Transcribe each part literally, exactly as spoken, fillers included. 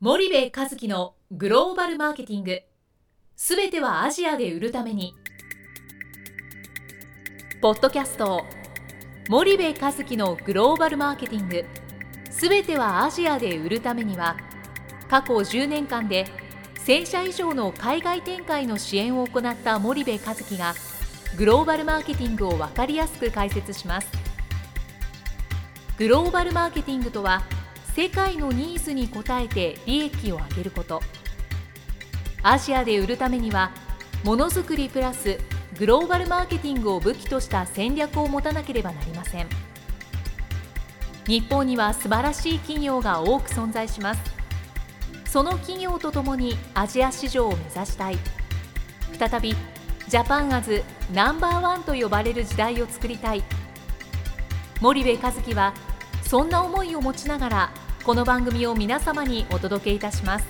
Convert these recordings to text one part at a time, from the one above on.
森部一樹のグローバルマーケティング、すべてはアジアで売るために。ポッドキャスト森部一樹のグローバルマーケティング、すべてはアジアで売るためには、過去じゅうねんかんでせんしゃ以上の海外展開の支援を行った森部一樹がグローバルマーケティングを分かりやすく解説します。グローバルマーケティングとは、世界のニーズに応えて利益を上げること。アジアで売るためには、ものづくりプラスグローバルマーケティングを武器とした戦略を持たなければなりません。日本には素晴らしい企業が多く存在します。その企業とともにアジア市場を目指したい。再びジャパンアズナンバーワンと呼ばれる時代を作りたい。森部一樹はそんな思いを持ちながら、この番組を皆様にお届けいたします。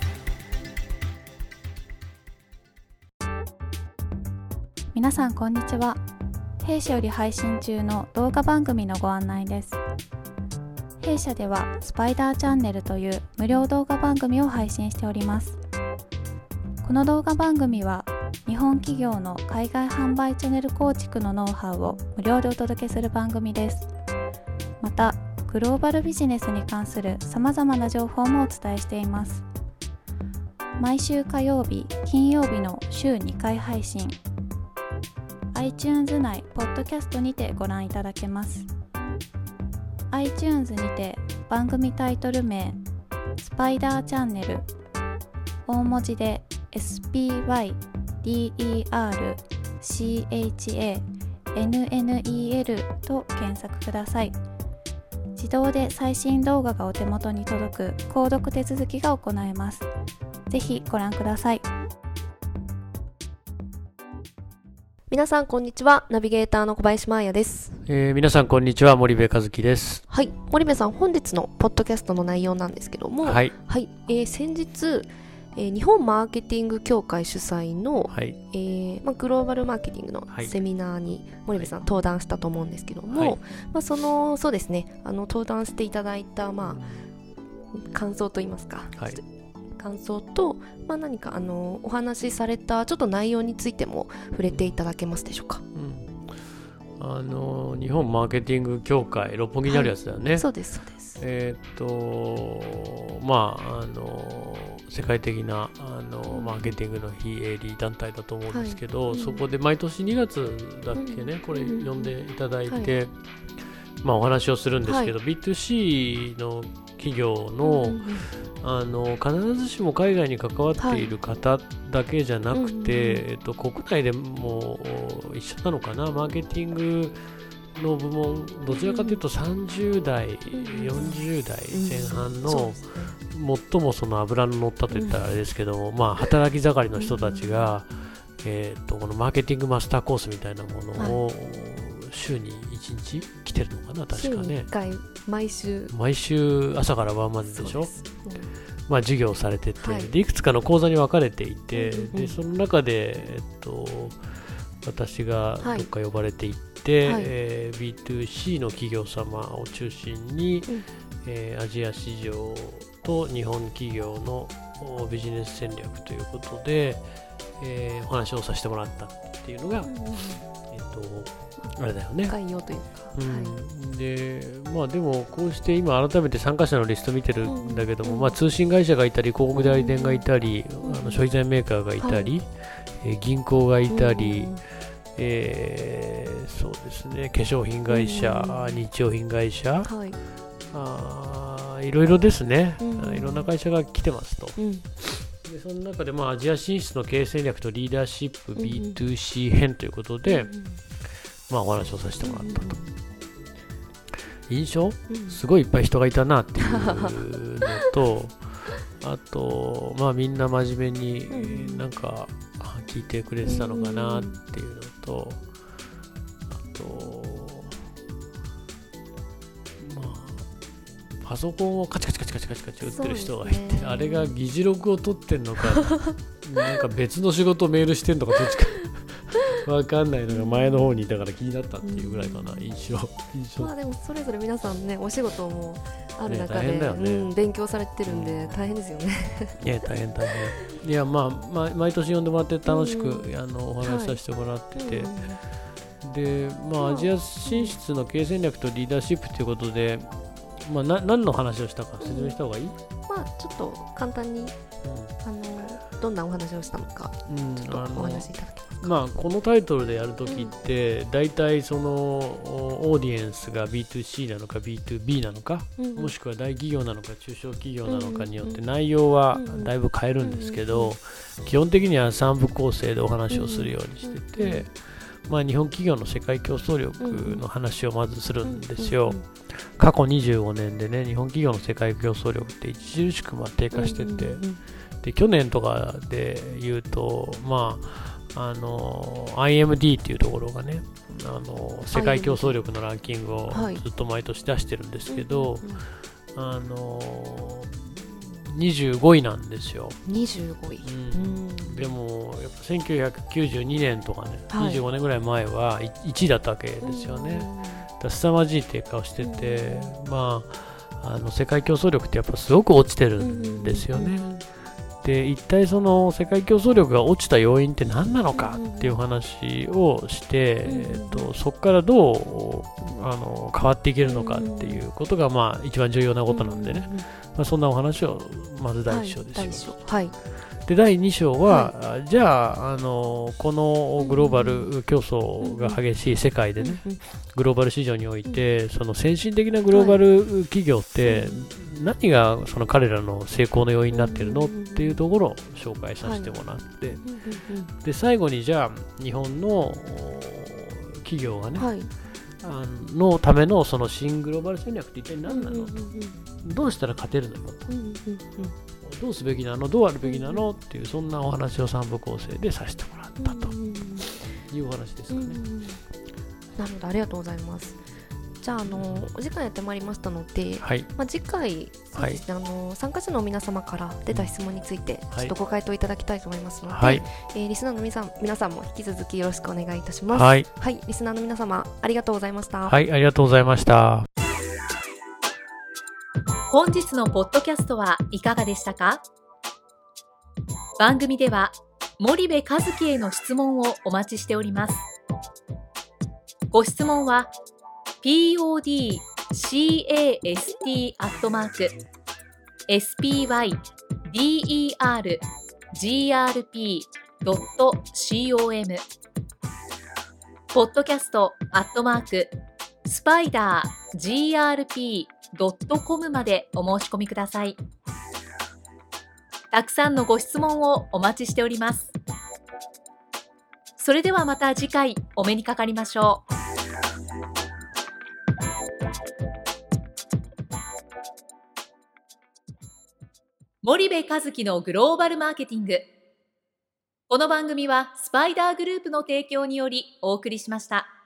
皆さんこんにちは。弊社より配信中の動画番組のご案内です。弊社ではスパイダーチャンネルという無料動画番組を配信しております。この動画番組は日本企業の海外販売チャンネル構築のノウハウを無料でお届けする番組です。またグローバルビジネスに関するさまざまな情報もお伝えしています。毎週火曜日、金曜日の週にかい配信、iTunes 内ポッドキャストにてご覧いただけます。 iTunes にて番組タイトル名スパイダーチャンネル、大文字で エスピーワイディーイーアールシーエイチエーエヌエヌイーエル と検索ください。自動で最新動画がお手元に届く購読手続きが行えます。ぜひご覧ください。 皆さんこんにちは。ナビゲーターの小林真彩です。 えー、皆さんこんにちは。森部一樹です。 はい、森部さん、本日のポッドキャストの内容なんですけども、 はい、 はい、えー、先日、えー、日本マーケティング協会主催の、 はい、 えーまあ、グローバルマーケティングのセミナーに森部さん、はい、登壇したと思うんですけども、はい、まあ、そのそうですね、あの登壇していただいた、まあ、感想といいますか、はい、感想と、まあ、何かあのお話しされたちょっと内容についても触れていただけますでしょうか。 うん、あの日本マーケティング協会、六本木にあるやつだよね。 はい、そうですそうです。 えー、っとまああの世界的なあのマーケティングの非営利団体だと思うんですけど、はい、うん、そこで毎年にがつだっけね、うん、これ呼んでいただいて、はい、まあ、お話をするんですけど、はい、ビーツーシー の企業の、うん、あの必ずしも海外に関わっている方だけじゃなくて、はい、えっと、国内でも一緒なのかな、マーケティングの部門、どちらかというとさんじゅう代、うん、よんじゅう代前半の、うん、最もその脂の乗ったといったらあれですけども、うん、まあ、働き盛りの人たちが、うん、えー、とこのマーケティングマスターコースみたいなものを、はい、週にいちにち来てるのかな、確かね。週にいっかい毎週毎週朝から晩まででしょ。う、うん、まあ、授業されてて、はい、でいくつかの講座に分かれていて、うんうん、でその中で、えっと、私がどっか呼ばれていって、はい、えー、ビーツーシー の企業様を中心に、うん、えー、アジア市場と日本企業のビジネス戦略ということで、えー、お話をさせてもらったっていうのが、うんうん、えっと、あれだよね。 概要というか、 うん、はい、で、まあでもこうして今改めて参加者のリスト見てるんだけども、うん、まあ、通信会社がいたり、広告代理店がいたり、うん、あの消費財メーカーがいたり、はい、えー、銀行がいたり、うん、えー、そうですね、化粧品会社、うん、日用品会社、はい、あいろいろですね、うん、いろんな会社が来てますと。うん、でその中で、まあ、アジア進出の経営戦略とリーダーシップ ビーツーシー 編ということで、うん、まあ、お話をさせてもらったと。印象、うん、すごいいっぱい人がいたなっていうのとあと、まあ、みんな真面目になんか聞いてくれてたのかなっていうのと、あと、まあ、パソコンをカチカチカチカチカチカチ打ってる人がいて、ね、あれが議事録を取ってんのかなんか別の仕事をメールしてんのかどっちか分かんないのが前の方にいたから気になったっていうぐらいかな、うん、印象印象まあでもそれぞれ皆さんねお仕事もある中で、 ねねうん、勉強されてるんで大変ですよね。 いや大変大変。いやまあ、まあ、毎年呼んでもらって楽しく、うん、あのお話しさせてもらってて、はい、でまあアジア進出の経営戦略とリーダーシップということで、まあ、な何の話をしたか説明した方がいい？ まあちょっと簡単に、うん、あのどんなお話をしたのか、うん、ちょっとお話しいただけますか？ まあ、このタイトルでやるときって大体、うん、そのオーディエンスが ビーツーシー なのか ビーツービー なのか、うん、もしくは大企業なのか中小企業なのかによって内容はだいぶ変えるんですけど、基本的にはさん部構成でお話をするようにしてて、まあ、日本企業の世界競争力の話をまずするんですよ。過去にじゅうごねんでね、日本企業の世界競争力って著しくまあ低下してて、で去年とかで言うと、まあ、あの アイエムディー っていうところがね、あの世界競争力のランキングをずっと毎年出してるんですけど、あのにじゅうごいなんですよ。 にじゅうごい、うん、 でもやっぱせんきゅうひゃくきゅうじゅうにねんとかね、はい、にじゅうごねんぐらい前はいちいだったわけですよね。だ凄まじい低下をしてて、まあ、あの世界競争力ってやっぱすごく落ちてるんですよね。で一体その世界競争力が落ちた要因って何なのかっていう話をして、えっと、そこからどうあの変わっていけるのかっていうことが、まあ、一番重要なことなんでね、まあ、そんなお話をまずだいいっ章でします。 はい、 でだいに章は、はい、じゃあ、あのこのグローバル競争が激しい世界でね、グローバル市場においてその先進的なグローバル企業って何がその彼らの成功の要因になっているのっていうところを紹介させてもらって、はい、で最後にじゃあ日本の企業がね、はい、あのためのその新グローバル戦略って一体何なのと、どうしたら勝てるのかと、どうすべきなの、どうあるべきなのっていうそんなお話をさん部構成でさせてもらったというお話ですかね。 なるほど、ありがとうございます。じゃあ、あのお時間やってまいりましたので、はい、まあ、次回そうですね、はい、あの参加者の皆様から出た質問についてちょっとご回答いただきたいと思いますので、はい、えー、リスナーの皆さん、皆さんも引き続きよろしくお願いいたします。はい、はい、リスナーの皆様ありがとうございました。 はい、ありがとうございました。 本日のポッドキャストはいかがでしたか？番組では森部一樹への質問をお待ちしております。ご質問は ピーオーディーキャスト アットマーク エスピーワイディーイーアールジーアールピー ドット コム ポッドキャストアットマークスパイダー ジーアールピードットコム までお申し込みください。たくさんのご質問をお待ちしております。それではまた次回お目にかかりましょう。森部一樹のグローバルマーケティング。この番組はスパイダーグループの提供によりお送りしました。